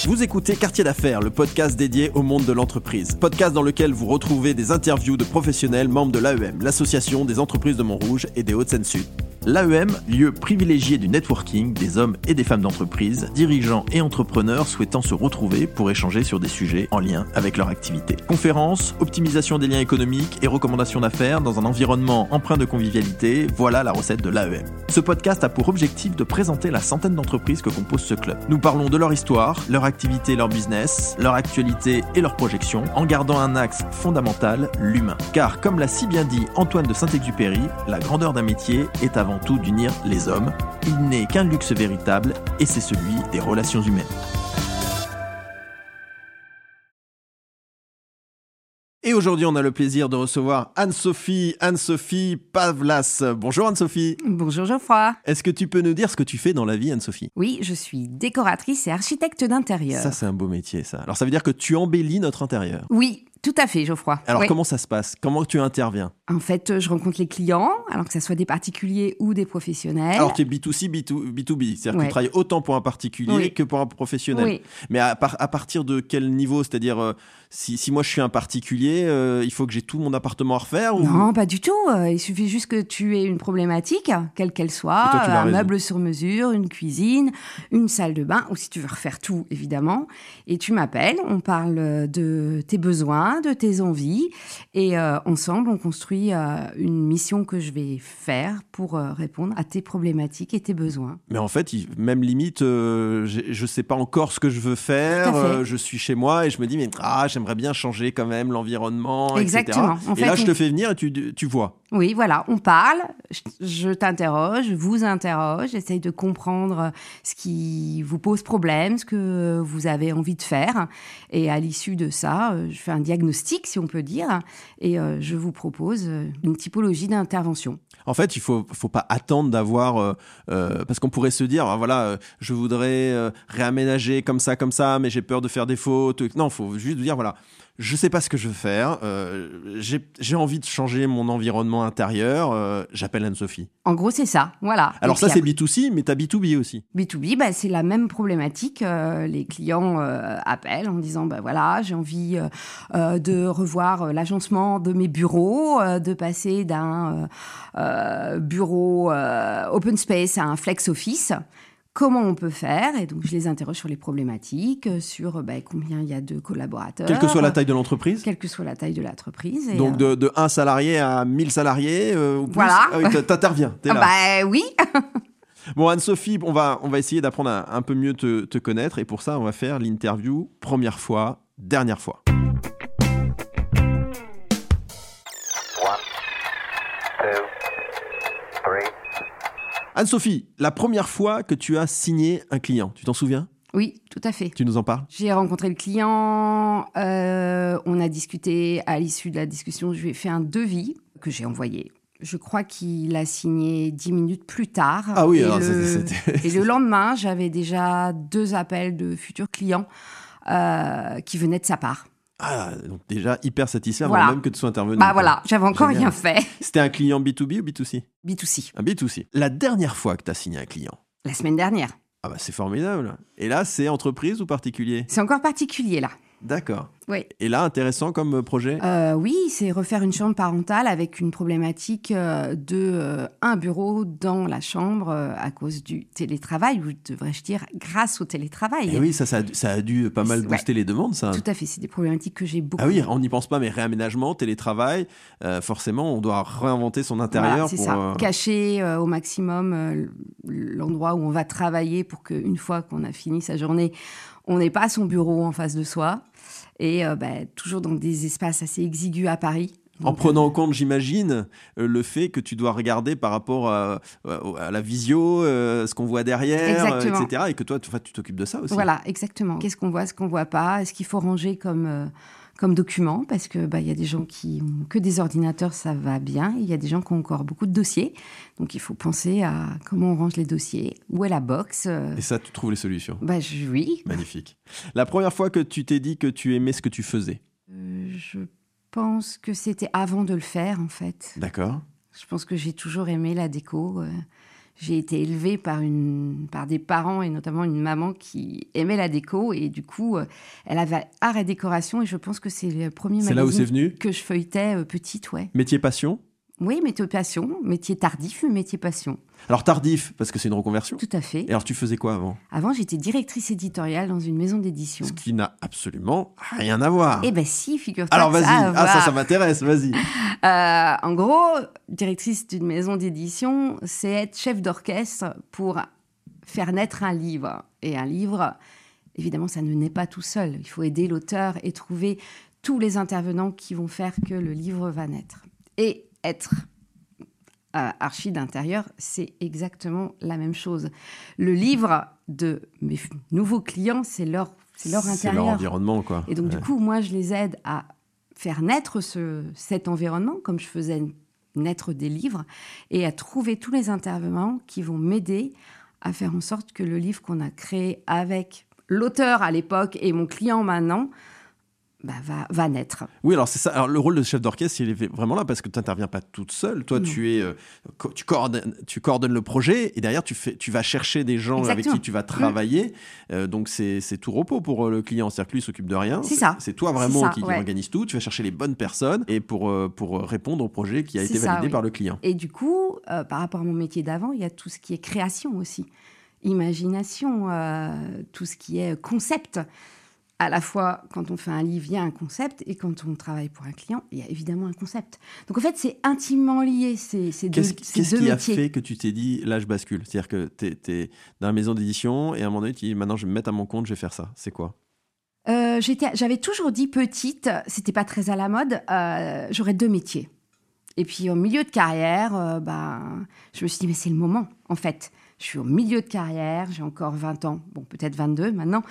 Vous écoutez Quartier d'affaires, le podcast dédié au monde de l'entreprise. Podcast dans lequel vous retrouvez des interviews de professionnels membres de l'AEM, l'association des entreprises de Montrouge et des Hauts-de-Seine-Sud. L'AEM, lieu privilégié du networking des hommes et des femmes d'entreprise, dirigeants et entrepreneurs souhaitant se retrouver pour échanger sur des sujets en lien avec leur activité. Conférences, optimisation des liens économiques et recommandations d'affaires dans un environnement empreint de convivialité, voilà la recette de l'AEM. Ce podcast a pour objectif de présenter la centaine d'entreprises que compose ce club. Nous parlons de leur histoire, leur activité, leur business, leur actualité et leurs projections, en gardant un axe fondamental, l'humain. Car comme l'a si bien dit Antoine de Saint-Exupéry, la grandeur d'un métier est avant tout d'unir les hommes. Il n'est qu'un luxe véritable et c'est celui des relations humaines. Et aujourd'hui, on a le plaisir de recevoir Anne-Sophie Pavlas. Bonjour Anne-Sophie. Bonjour Geoffroy. Est-ce que tu peux nous dire ce que tu fais dans la vie, Anne-Sophie ? Oui, je suis décoratrice et architecte d'intérieur. Ça, c'est un beau métier, ça. Alors, ça veut dire que tu embellis notre intérieur. Oui, tout à fait, Geoffroy. Alors, oui. Comment ça se passe ? Comment tu interviens ? En fait, je rencontre les clients, alors que ce soit des particuliers ou des professionnels. Alors, tu es B2C, B2B. C'est-à-dire que tu travailles autant pour un particulier que pour un professionnel. Oui. Mais à partir de quel niveau ? C'est-à-dire, si moi, je suis un particulier, il faut que j'ai tout mon appartement à refaire ou... Non, pas du tout. Il suffit juste que tu aies une problématique, quelle qu'elle soit, toi, un meuble sur mesure, une cuisine, une salle de bain, ou si tu veux refaire tout, évidemment. Et tu m'appelles, on parle de tes besoins, de tes envies, et ensemble, on construit une mission que je vais faire pour répondre à tes problématiques et tes besoins. Mais en fait, même limite, je sais pas encore ce que je veux faire, je suis chez moi et je me dis, mais j'aimerais bien changer quand même l'environnement, exactement. etc. Et là, je te fais venir et tu vois. Oui, voilà, on parle, je t'interroge, je vous interroge, j'essaye de comprendre ce qui vous pose problème, ce que vous avez envie de faire. Et à l'issue de ça, je fais un diagnostic, si on peut dire, et je vous propose une typologie d'intervention. En fait, il faut pas attendre d'avoir... parce qu'on pourrait se dire, je voudrais réaménager comme ça, mais j'ai peur de faire des fautes. Non, il faut juste dire, voilà, je sais pas ce que je veux faire, j'ai envie de changer mon environnement intérieur, j'appelle Anne-Sophie. En gros, c'est ça, voilà. Alors ça, c'est B2C, mais t'as B2B aussi. B2B, c'est la même problématique. Les clients appellent en disant, j'ai envie de revoir l'agencement de mes bureaux, de passer d'un bureau open space à un flex office. Comment on peut faire ? Et donc, je les interroge sur les problématiques, sur combien il y a de collaborateurs. Quelle que soit la taille de l'entreprise ? Quelle que soit la taille de l'entreprise. Et donc, de 1 salarié à 1000 salariés ou plus ? Voilà. Ah oui, t'interviens, t'es là. Oui. Bon, Anne-Sophie, on va essayer d'apprendre à un peu mieux te connaître. Et pour ça, on va faire l'interview première fois, dernière fois. Anne-Sophie, la première fois que tu as signé un client, tu t'en souviens ? Oui, tout à fait. Tu nous en parles ? J'ai rencontré le client, on a discuté, à l'issue de la discussion, je lui ai fait un devis que j'ai envoyé. Je crois qu'il a signé 10 minutes plus tard. Ah oui, Et le lendemain, j'avais déjà 2 appels de futurs clients qui venaient de sa part. Ah, donc déjà hyper satisfait voilà. avant même que tu sois intervenu. J'avais encore rien fait. C'était un client B2B ou B2C ? B2C. Un B2C. La dernière fois que tu as signé un client ? La semaine dernière. Ah c'est formidable. Et là, c'est entreprise ou particulier ? C'est encore particulier, là. D'accord. Oui. Et là, intéressant comme projet ? Oui, c'est refaire une chambre parentale avec une problématique de un bureau dans la chambre à cause du télétravail, ou devrais-je dire grâce au télétravail. Et oui, ça a dû pas mal booster les demandes, ça. Tout à fait, c'est des problématiques que j'ai beaucoup. Ah oui, on n'y pense pas, mais réaménagement, télétravail, forcément, on doit réinventer son intérieur. Voilà, c'est ça. Cacher au maximum l'endroit où on va travailler pour qu'une fois qu'on a fini sa journée, on n'ait pas son bureau en face de soi. Et toujours dans des espaces assez exigus à Paris. En prenant en compte, j'imagine, le fait que tu dois regarder par rapport à la visio, ce qu'on voit derrière, etc. Et que toi, tu t'occupes de ça aussi. Voilà, exactement. Qu'est-ce qu'on voit, ce qu'on ne voit pas ? Est-ce qu'il faut ranger comme document ? Parce que y a des gens qui ont que des ordinateurs, ça va bien. Il y a des gens qui ont encore beaucoup de dossiers. Donc, il faut penser à comment on range les dossiers, où est la box. Et ça, tu trouves les solutions ? Oui. Magnifique. La première fois que tu t'es dit que tu aimais ce que tu faisais ? Je pense que c'était avant de le faire, en fait. D'accord. Je pense que j'ai toujours aimé la déco. j'ai été élevée par des parents et notamment une maman qui aimait la déco. Et du coup, elle avait art et décoration. Et je pense que c'est le premier magazine que je feuilletais petite. Ouais. Métier passion ? Oui, métier passion. Métier tardif, métier passion. Alors tardif, parce que c'est une reconversion ? Tout à fait. Et alors tu faisais quoi avant ? Avant, j'étais directrice éditoriale dans une maison d'édition. Ce qui n'a absolument rien à voir. Eh ben si, figure-toi. Alors que vas-y, ça a à voir. ça m'intéresse, vas-y. En gros, directrice d'une maison d'édition, c'est être chef d'orchestre pour faire naître un livre. Et un livre, évidemment, ça ne naît pas tout seul. Il faut aider l'auteur et trouver tous les intervenants qui vont faire que le livre va naître. Et être archi d'intérieur, c'est exactement la même chose. Le livre de mes nouveaux clients, c'est leur intérieur. C'est leur environnement, quoi. Et donc, du coup, moi, je les aide à faire naître cet environnement, comme je faisais naître des livres, et à trouver tous les intervenants qui vont m'aider à faire en sorte que le livre qu'on a créé avec l'auteur à l'époque et mon client maintenant va naître. Oui, alors c'est ça. Alors le rôle de chef d'orchestre, il est vraiment là parce que tu n'interviens pas toute seule. Toi, tu coordonnes le projet et derrière, tu vas chercher des gens avec qui tu vas travailler. Donc, c'est tout repos pour le client. C'est-à-dire que lui, il s'occupe de rien. C'est ça. C'est toi vraiment qui organise tout. Tu vas chercher les bonnes personnes et pour répondre au projet qui a été validé par le client. Et du coup, par rapport à mon métier d'avant, il y a tout ce qui est création aussi. Imagination, tout ce qui est concept. À la fois, quand on fait un livre, il y a un concept, et quand on travaille pour un client, il y a évidemment un concept. Donc en fait, c'est intimement lié, ces deux métiers. Qu'est-ce qui a fait que tu t'es dit, là, je bascule ? C'est-à-dire que tu es dans la maison d'édition, et à un moment donné, tu dis, maintenant, je vais me mettre à mon compte, je vais faire ça. C'est quoi ? J'avais toujours dit petite, c'était pas très à la mode, j'aurais 2 métiers. Et puis, au milieu de carrière, je me suis dit, mais c'est le moment, en fait. Je suis au milieu de carrière, j'ai encore 20 ans, bon, peut-être 22 maintenant.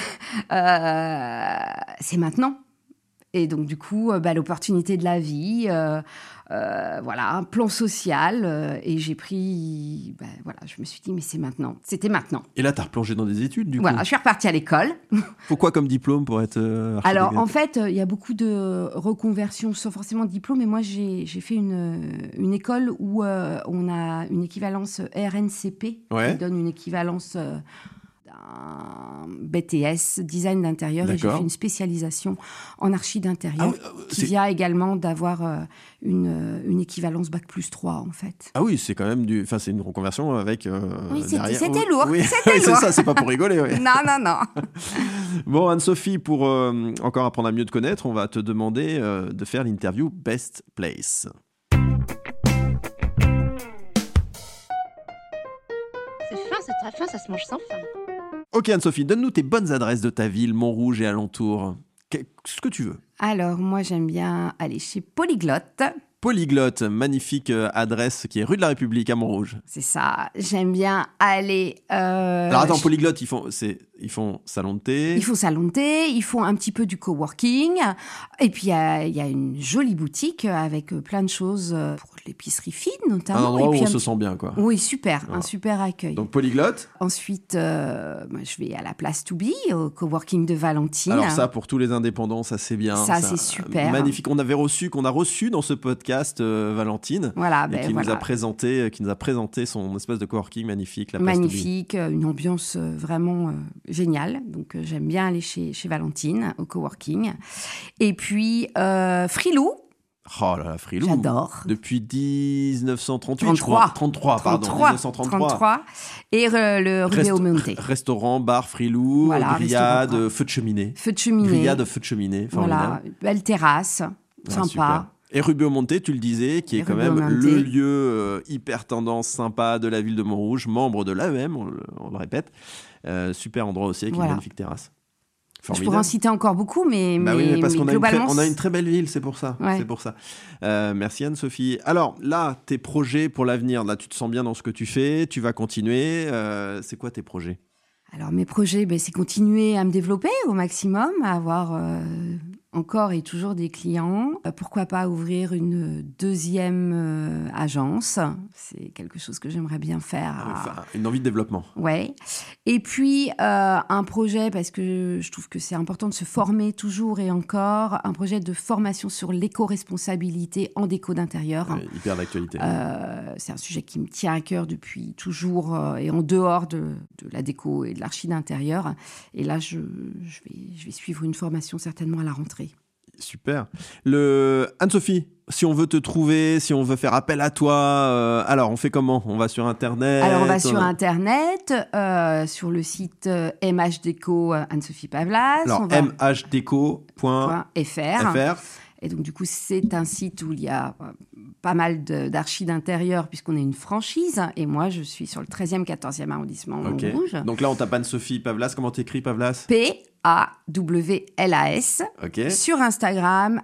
C'est maintenant. Et donc, du coup, l'opportunité de la vie, un plan social. Et j'ai pris... je me suis dit, mais c'est maintenant. C'était maintenant. Et là, tu as replongé dans des études, du coup ? Voilà, je suis repartie à l'école. Faut quoi comme diplôme pour être architecte ? Alors, en fait, il y a beaucoup de reconversions sans forcément de diplôme. Mais moi, j'ai fait une école où on a une équivalence RNCP, qui donne une équivalence... un BTS, design d'intérieur, et j'ai fait une spécialisation en archi d'intérieur qui vient également d'avoir une équivalence Bac+3 en fait. Ah oui, c'est quand même c'est une reconversion avec c'était lourd. Oui. C'était c'est lourd. ça, c'est pas pour rigoler. Oui. Non. Bon, Anne-Sophie, pour encore apprendre à mieux te connaître, on va te demander de faire l'interview Best Place. C'est très fin, ça se mange sans fin. Ok Anne-Sophie, donne-nous tes bonnes adresses de ta ville, Montrouge et alentour. Ce que tu veux. Alors, moi, j'aime bien aller chez Polyglotte. Polyglotte, magnifique adresse qui est rue de la République à Montrouge. C'est ça. J'aime bien aller... Alors attends, Polyglotte, ils font salon de thé. Ils font salon de thé, ils font un petit peu du coworking. Et puis, il y a une jolie boutique avec plein de choses pour l'épicerie fine, notamment. Un endroit où on se sent bien, quoi. Oui, super. Un super accueil. Donc, Polyglotte. Ensuite, je vais à la place To Be, au coworking de Valentine. Alors ça, pour tous les indépendants, ça c'est bien. Ça c'est super. Magnifique. Qu'on a reçu dans ce podcast Valentine, qui nous a présenté son espèce de coworking magnifique. La place magnifique, une ambiance vraiment géniale. Donc j'aime bien aller chez Valentine au coworking. Et puis Frilou. Oh là là, Frilou. J'adore. Depuis 1938, 33. je crois. 1933. Et le Rubeo Monte. Restaurant, bar, Frilou, grillade, feu de cheminée. Grillade, feu de cheminée. Voilà, belle terrasse, sympa. Super. Et Rubeo Monte, tu le disais, qui est quand même le lieu hyper tendance, sympa de la ville de Montrouge, membre de l'AEM, on le répète. Super endroit aussi, avec une magnifique terrasse. Formidable. Je pourrais en citer encore beaucoup, mais parce qu'on globalement... on a une très belle ville, c'est pour ça. Ouais. C'est pour ça. Merci Anne-Sophie. Alors là, tes projets pour l'avenir, là, tu te sens bien dans ce que tu fais, tu vas continuer. C'est quoi tes projets ? Alors mes projets, c'est continuer à me développer au maximum, à avoir encore et toujours des clients. Pourquoi pas ouvrir une deuxième agence? C'est quelque chose que j'aimerais bien faire. Enfin, une envie de développement. Ouais. Et puis, un projet, parce que je trouve que c'est important de se former toujours et encore, un projet de formation sur l'éco-responsabilité en déco d'intérieur. Ouais, hyper d'actualité. C'est un sujet qui me tient à cœur depuis toujours et en dehors de la déco et de l'archi d'intérieur. Et là, je vais suivre une formation certainement à la rentrée. Super. Anne-Sophie, si on veut te trouver, si on veut faire appel à toi, alors on fait comment? On va sur Internet? Alors on va sur Internet, sur le site MH Déco Anne-Sophie Pavlas. Alors mhdéco.fr. Et donc, du coup, c'est un site où il y a pas mal d'archi d'intérieur, puisqu'on est une franchise. Et moi, je suis sur le 13e, 14e arrondissement Montrouge. Donc là, on tape Anne-Sophie Pavlas. Comment t'écris Pavlas? Pawlas. Okay. Sur Instagram,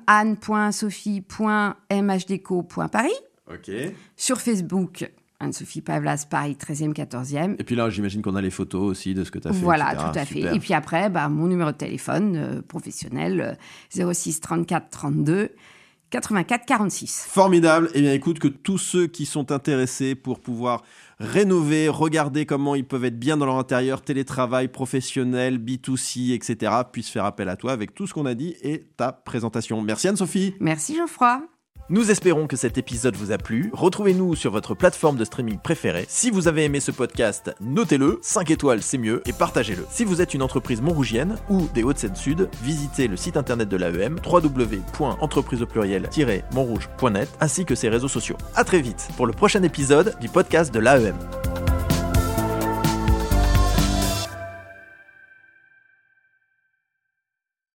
anne.sophie.mhdéco.paris. Okay. Sur Facebook, Anne-Sophie Pavlas, Paris 13e, 14e. Et puis là, j'imagine qu'on a les photos aussi de ce que tu as fait. Voilà, etc. tout à Super. fait. Et puis après, mon numéro de téléphone professionnel, 06 34 32 84 46. Formidable. Eh bien, écoute, que tous ceux qui sont intéressés pour pouvoir rénover, regarder comment ils peuvent être bien dans leur intérieur, télétravail, professionnel, B2C, etc., puissent faire appel à toi avec tout ce qu'on a dit et ta présentation. Merci Anne-Sophie. Merci Geoffroy. Nous espérons que cet épisode vous a plu. Retrouvez-nous sur votre plateforme de streaming préférée. Si vous avez aimé ce podcast, notez-le, 5 étoiles c'est mieux, et partagez-le. Si vous êtes une entreprise montrougienne ou des Hauts-de-Seine-Sud, visitez le site internet de l'AEM, www.entrepriseaupluriel-montrouge.net, ainsi que ses réseaux sociaux. À très vite pour le prochain épisode du podcast de l'AEM.